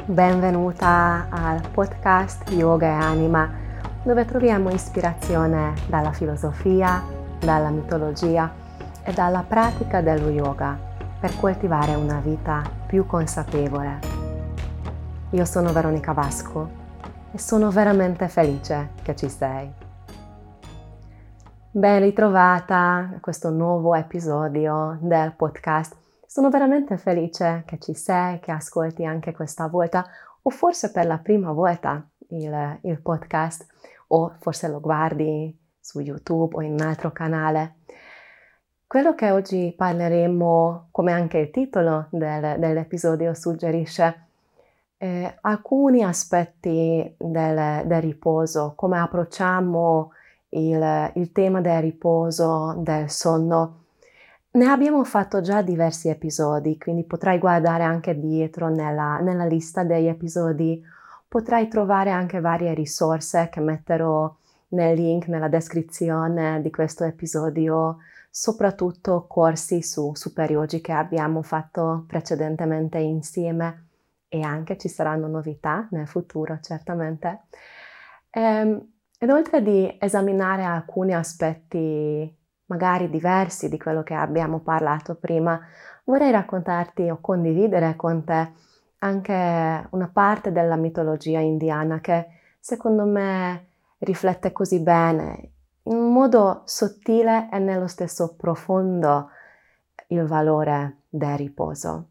Benvenuta al podcast Yoga e Anima, dove troviamo ispirazione dalla filosofia, dalla mitologia e dalla pratica dello yoga per coltivare una vita più consapevole. Io sono Veronica Vasco e sono veramente felice che ci sei. Ben ritrovata a questo nuovo episodio del podcast. Sono veramente felice che ci sei, che ascolti anche questa volta, o forse per la prima volta il podcast, o forse lo guardi su YouTube o in un altro canale. Quello che oggi parleremo, come anche il titolo dell'episodio suggerisce, alcuni aspetti del riposo, come approcciamo il tema del riposo, del sonno. Ne abbiamo fatto già diversi episodi, quindi potrai guardare anche dietro nella lista degli episodi. Potrai trovare anche varie risorse che metterò nel link nella descrizione di questo episodio, soprattutto corsi per yogi che abbiamo fatto precedentemente insieme e anche ci saranno novità nel futuro, certamente. Ed oltre di esaminare alcuni aspetti magari diversi di quello che abbiamo parlato prima, vorrei raccontarti o condividere con te anche una parte della mitologia indiana che secondo me riflette così bene, in un modo sottile e nello stesso profondo, il valore del riposo.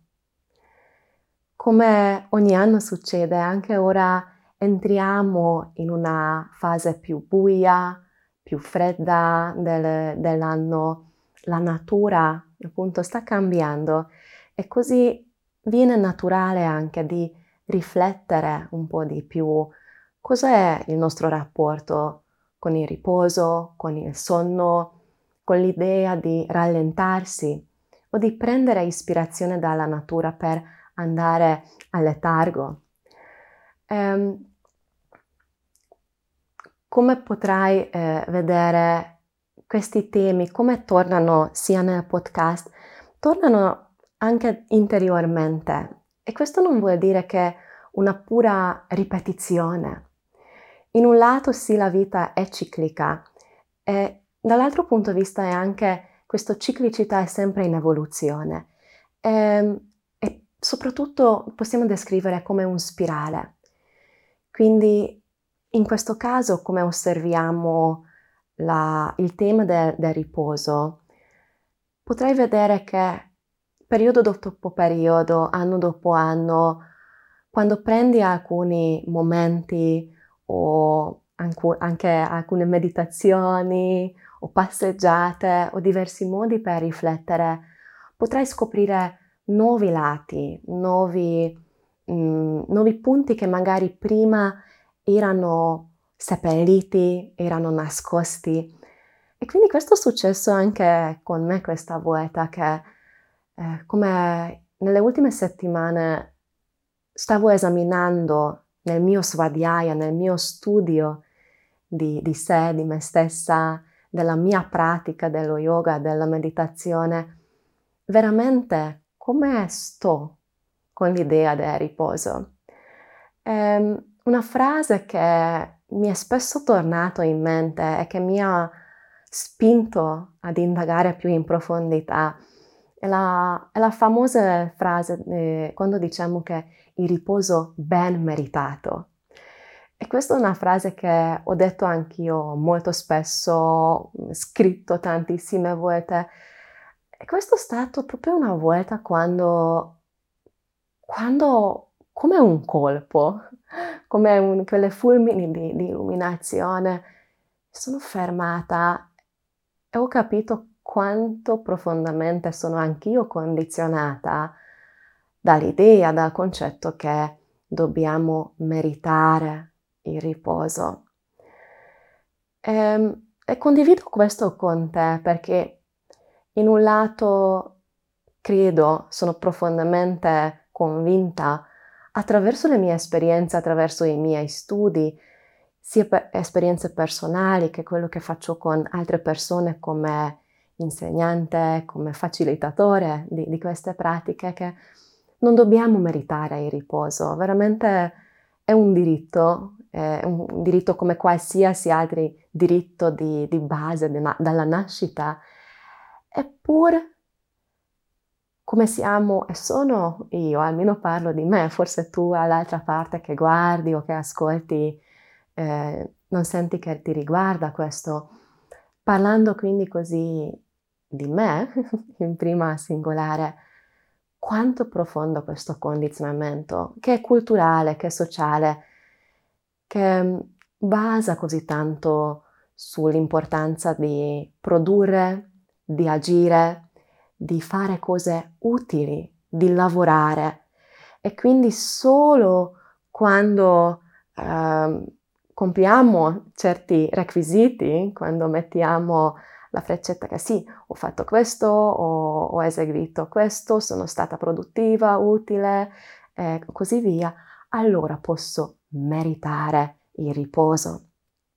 Come ogni anno succede, anche ora entriamo in una fase più buia, più fredda dell'anno. La natura appunto sta cambiando e così viene naturale anche di riflettere un po' di più cos'è il nostro rapporto con il riposo, con il sonno, con l'idea di rallentarsi o di prendere ispirazione dalla natura per andare al letargo. Come potrai vedere, questi temi, come tornano sia nel podcast, tornano anche interiormente. E questo non vuol dire che una pura ripetizione. In un lato sì, la vita è ciclica e dall'altro punto di vista è anche questa ciclicità è sempre in evoluzione. E soprattutto possiamo descrivere come un spirale. Quindi in questo caso, come osserviamo il tema del riposo, potrai vedere che periodo dopo periodo, anno dopo anno, quando prendi alcuni momenti o anche alcune meditazioni o passeggiate o diversi modi per riflettere, potrai scoprire nuovi lati, nuovi punti che magari prima erano seppelliti, erano nascosti. E quindi questo è successo anche con me questa volta che come nelle ultime settimane stavo esaminando nel mio svadhyaya, nel mio studio di sé, di me stessa, della mia pratica dello yoga, della meditazione, veramente come sto con l'idea del riposo. Una frase che mi è spesso tornato in mente e che mi ha spinto ad indagare più in profondità è la famosa frase quando diciamo che il riposo ben meritato. E questa è una frase che ho detto anch'io molto spesso, scritto tantissime volte. E questo è stato proprio una volta quando come un colpo, come quelle fulmini di illuminazione, mi sono fermata e ho capito quanto profondamente sono anch'io condizionata dall'idea, dal concetto che dobbiamo meritare il riposo. E condivido questo con te perché in un lato credo, sono profondamente convinta, attraverso le mie esperienze, attraverso i miei studi, sia per esperienze personali che quello che faccio con altre persone come insegnante, come facilitatore di queste pratiche, che non dobbiamo meritare il riposo, veramente è un diritto come qualsiasi altro diritto di base dalla nascita. Eppure, come siamo e sono io, almeno parlo di me, forse tu all'altra parte che guardi o che ascolti, non senti che ti riguarda questo. Parlando quindi così di me, in prima singolare, quanto profondo questo condizionamento, che è culturale, che è sociale, che basa così tanto sull'importanza di produrre, di agire, di fare cose utili, di lavorare. E quindi solo quando compiamo certi requisiti, quando mettiamo la freccetta che sì, ho fatto questo, ho eseguito questo, sono stata produttiva, utile e così via, allora posso meritare il riposo.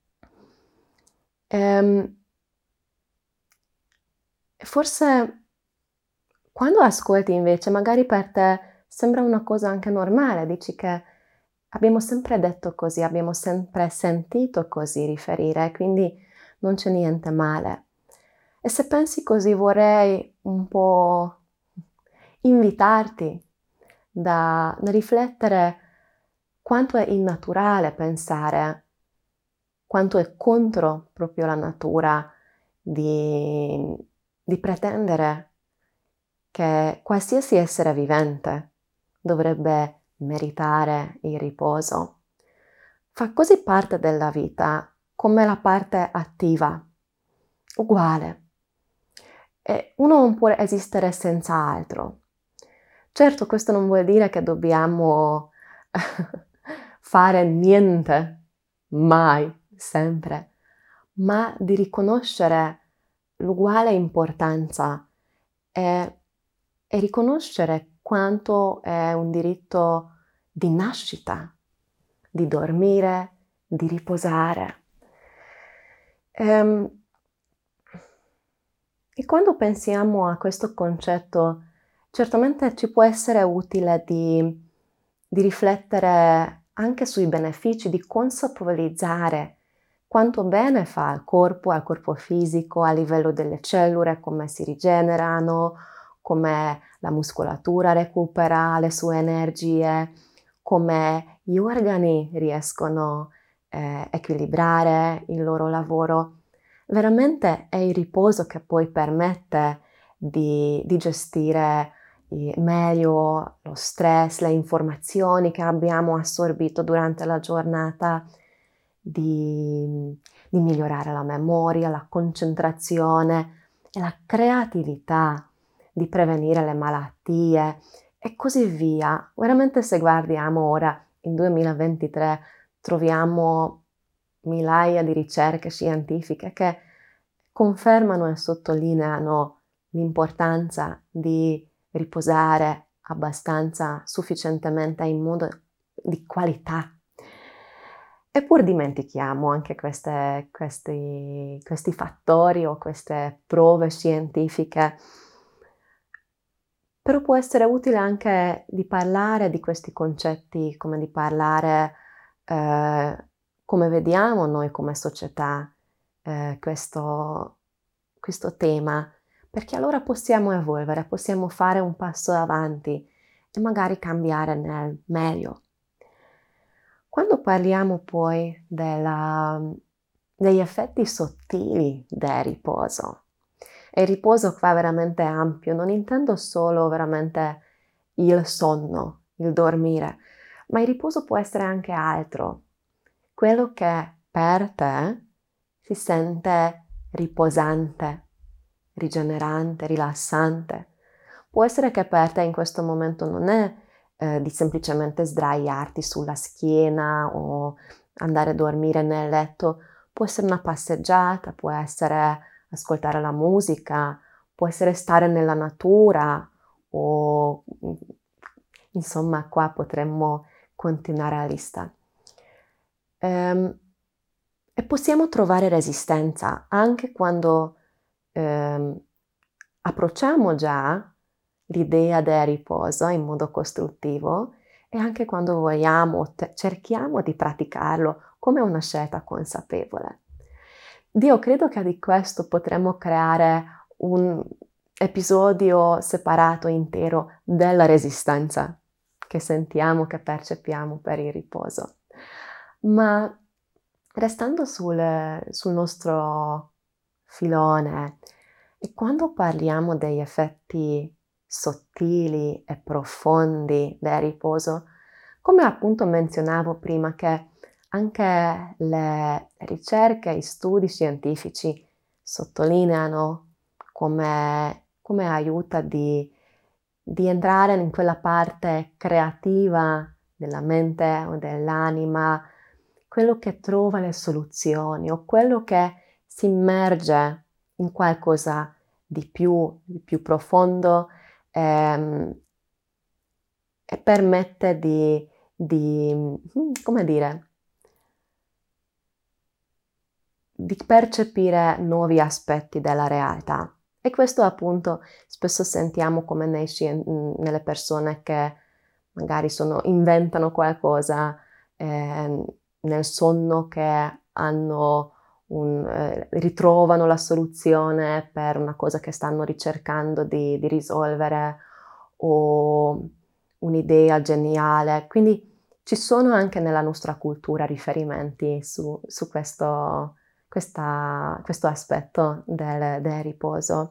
Forse quando ascolti invece, magari per te sembra una cosa anche normale, dici che abbiamo sempre detto così, abbiamo sempre sentito così riferire, quindi non c'è niente male. E se pensi così vorrei un po' invitarti da riflettere quanto è innaturale pensare, quanto è contro proprio la natura di pretendere che qualsiasi essere vivente dovrebbe meritare il riposo. Fa così parte della vita come la parte attiva, uguale. E uno non può esistere senza altro. Certo, questo non vuol dire che dobbiamo fare niente, mai, sempre, ma di riconoscere l'uguale importanza e riconoscere quanto è un diritto di nascita, di dormire, di riposare. E quando pensiamo a questo concetto, certamente ci può essere utile di riflettere anche sui benefici, di consapevolizzare quanto bene fa al corpo fisico, a livello delle cellule, come si rigenerano, come la muscolatura recupera le sue energie, come gli organi riescono a equilibrare il loro lavoro. Veramente è il riposo che poi permette di gestire meglio lo stress, le informazioni che abbiamo assorbito durante la giornata, di migliorare la memoria, la concentrazione e la creatività, di prevenire le malattie e così via. Veramente se guardiamo ora in 2023 troviamo migliaia di ricerche scientifiche che confermano e sottolineano l'importanza di riposare abbastanza sufficientemente in modo di qualità. Eppur dimentichiamo anche questi fattori o queste prove scientifiche. Però può essere utile anche di parlare di questi concetti, come di parlare, come vediamo noi come società, questo tema, perché allora possiamo evolvere, possiamo fare un passo avanti e magari cambiare nel meglio. Quando parliamo poi degli effetti sottili del riposo, e il riposo qua veramente ampio, non intendo solo veramente il sonno, il dormire, ma il riposo può essere anche altro, quello che per te si sente riposante, rigenerante, rilassante. Può essere che per te in questo momento non è di semplicemente sdraiarti sulla schiena o andare a dormire nel letto, può essere una passeggiata, può essere ascoltare la musica, può essere stare nella natura o insomma qua potremmo continuare la lista. E possiamo trovare resistenza anche quando approcciamo già l'idea del riposo in modo costruttivo e anche quando vogliamo, cerchiamo di praticarlo come una scelta consapevole. Io credo che di questo potremmo creare un episodio separato intero della resistenza che sentiamo, che percepiamo per il riposo. Ma restando sul nostro filone, e quando parliamo degli effetti sottili e profondi del riposo, come appunto menzionavo prima, che anche le ricerche e gli studi scientifici sottolineano come aiuta di entrare in quella parte creativa della mente o dell'anima, quello che trova le soluzioni o quello che si immerge in qualcosa di più profondo, e permette come dire, di percepire nuovi aspetti della realtà. E questo appunto spesso sentiamo come nelle persone che magari inventano qualcosa nel sonno, che hanno ritrovano la soluzione per una cosa che stanno ricercando di risolvere, o un'idea geniale. Quindi ci sono anche nella nostra cultura riferimenti su questo aspetto del riposo.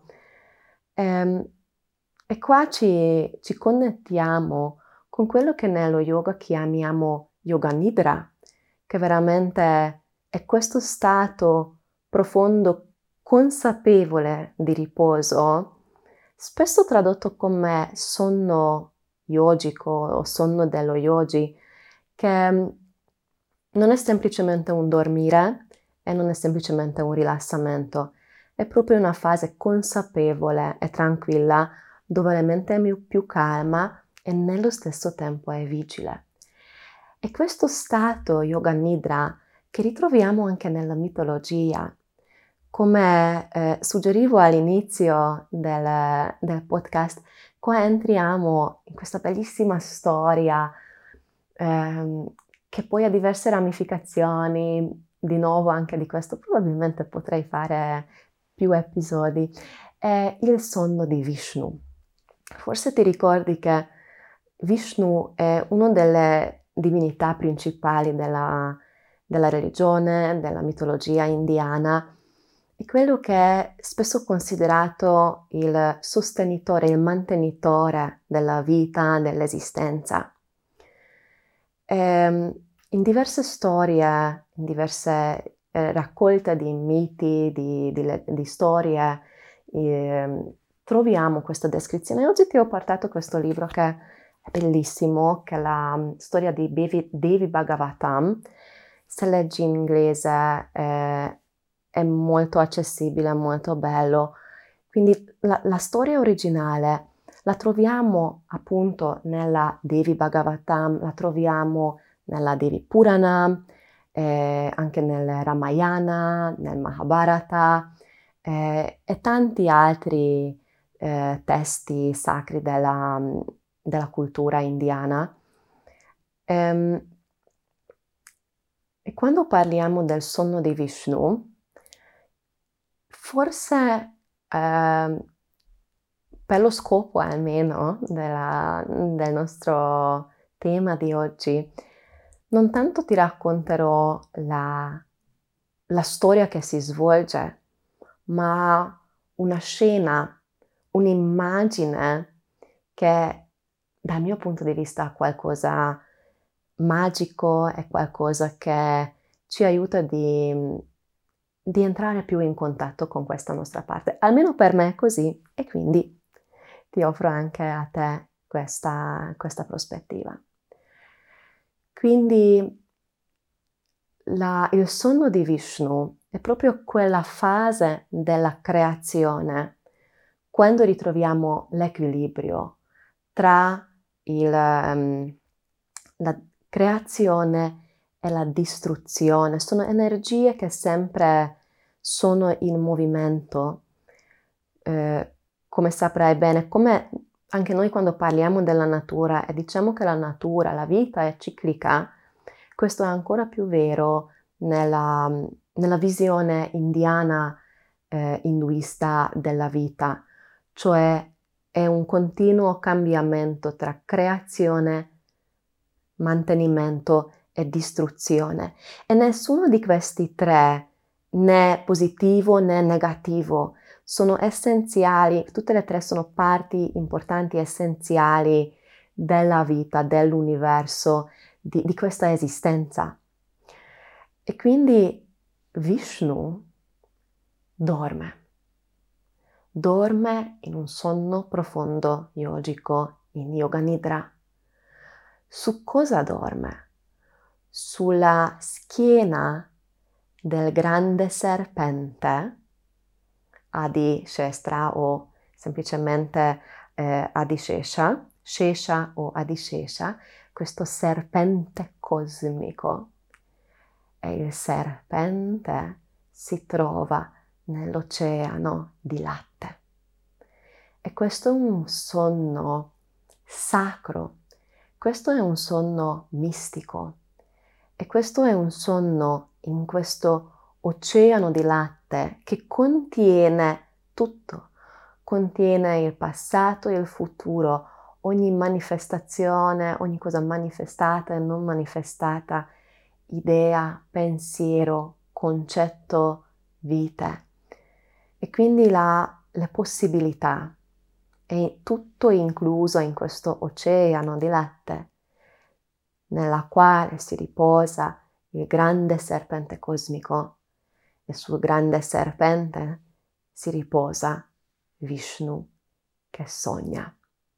E qua ci connettiamo con quello che nello yoga chiamiamo yoga nidra, che veramente è questo stato profondo, consapevole di riposo, spesso tradotto come sonno yogico o sonno dello yogi, che non è semplicemente un dormire e non è semplicemente un rilassamento, è proprio una fase consapevole e tranquilla dove la mente è più calma e nello stesso tempo è vigile. E questo stato yoga nidra che ritroviamo anche nella mitologia, come suggerivo all'inizio del podcast, qua entriamo in questa bellissima storia che poi ha diverse ramificazioni. Di nuovo anche di questo probabilmente potrei fare più episodi. È il sonno di Vishnu. Forse ti ricordi che Vishnu è una delle divinità principali della religione, della mitologia indiana, è quello che è spesso considerato il sostenitore, il mantenitore della vita, dell'esistenza. In diverse storie, in diverse raccolte di miti, di storie, troviamo questa descrizione. Oggi ti ho portato questo libro che è bellissimo, che è la storia di Devi Bhagavatam. Se leggi in inglese è molto accessibile, molto bello. Quindi la storia originale la troviamo appunto nella Devi Bhagavatam, la troviamo nella Devi Purana, anche nel Ramayana, nel Mahabharata e tanti altri testi sacri della cultura indiana. E quando parliamo del sonno di Vishnu, forse per lo scopo almeno del nostro tema di oggi, non tanto ti racconterò la storia che si svolge, ma una scena, un'immagine che dal mio punto di vista ha qualcosa magico, è qualcosa che ci aiuta di entrare più in contatto con questa nostra parte. Almeno per me è così, e quindi ti offro anche a te questa prospettiva. Quindi il sonno di Vishnu è proprio quella fase della creazione, quando ritroviamo l'equilibrio tra la creazione e la distruzione. Sono energie che sempre sono in movimento, come saprai bene, come anche noi quando parliamo della natura e diciamo che la natura, la vita è ciclica, questo è ancora più vero nella visione indiana, induista della vita, cioè è un continuo cambiamento tra creazione, mantenimento e distruzione. E nessuno di questi tre, né positivo né negativo, sono essenziali, tutte e tre sono parti importanti, essenziali della vita, dell'universo, di questa esistenza. E quindi Vishnu dorme in un sonno profondo yogico, in Yoga Nidra. Su cosa dorme? Sulla schiena del grande serpente, Adi Shestra o semplicemente Adishesha, Shesha o Adishesha, questo serpente cosmico. E il serpente si trova nell'oceano di latte. E questo è un sonno sacro, questo è un sonno mistico e questo è un sonno in questo oceano di latte che contiene tutto, contiene il passato e il futuro, ogni manifestazione, ogni cosa manifestata e non manifestata, idea, pensiero, concetto, vite. E quindi le possibilità è tutto incluso in questo oceano di latte, nella quale si riposa il grande serpente cosmico e sul grande serpente si riposa Vishnu che sogna.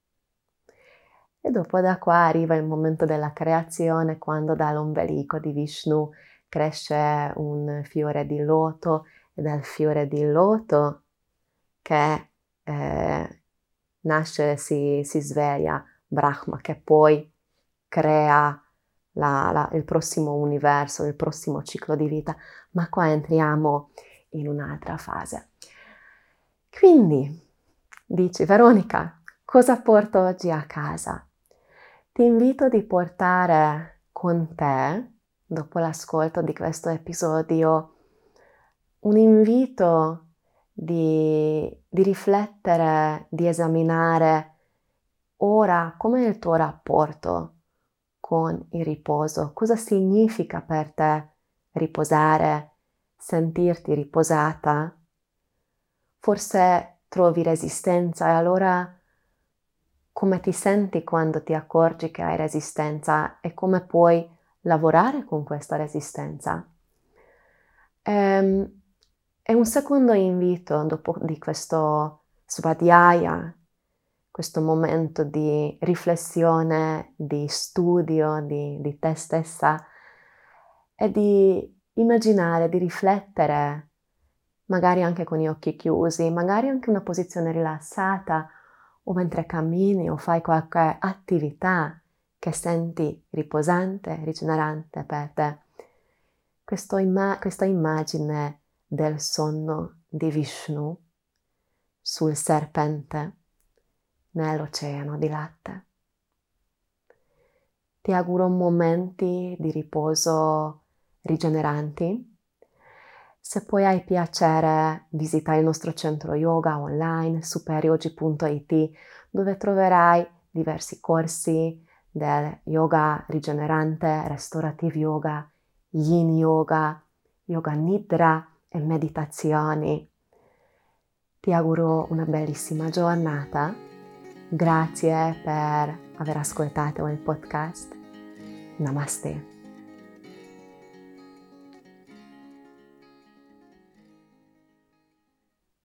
E dopo da qua arriva il momento della creazione, quando dall'ombelico di Vishnu cresce un fiore di loto e dal fiore di loto che nasce, si sveglia Brahma, che poi crea il prossimo universo, il prossimo ciclo di vita. Ma qua entriamo in un'altra fase. Quindi, dici, Veronica, cosa porto oggi a casa? Ti invito a portare con te, dopo l'ascolto di questo episodio, un invito di riflettere, di esaminare ora com'è il tuo rapporto con il riposo, cosa significa per te riposare, sentirti riposata. Forse trovi resistenza e allora come ti senti quando ti accorgi che hai resistenza e come puoi lavorare con questa resistenza. E un secondo invito dopo di questo svadhyaya, questo momento di riflessione, di studio di te stessa, è di immaginare, di riflettere, magari anche con gli occhi chiusi, magari anche una posizione rilassata, o mentre cammini o fai qualche attività che senti riposante, rigenerante per te. Questa immagine del sonno di Vishnu sul serpente nell'oceano di latte. Ti auguro momenti di riposo rigeneranti. Se poi hai piacere, visita il nostro centro yoga online superyogi.it, dove troverai diversi corsi del yoga rigenerante, restorative yoga, yin yoga, yoga nidra e meditazioni. Ti auguro una bellissima giornata. Grazie per aver ascoltato il podcast. Namaste.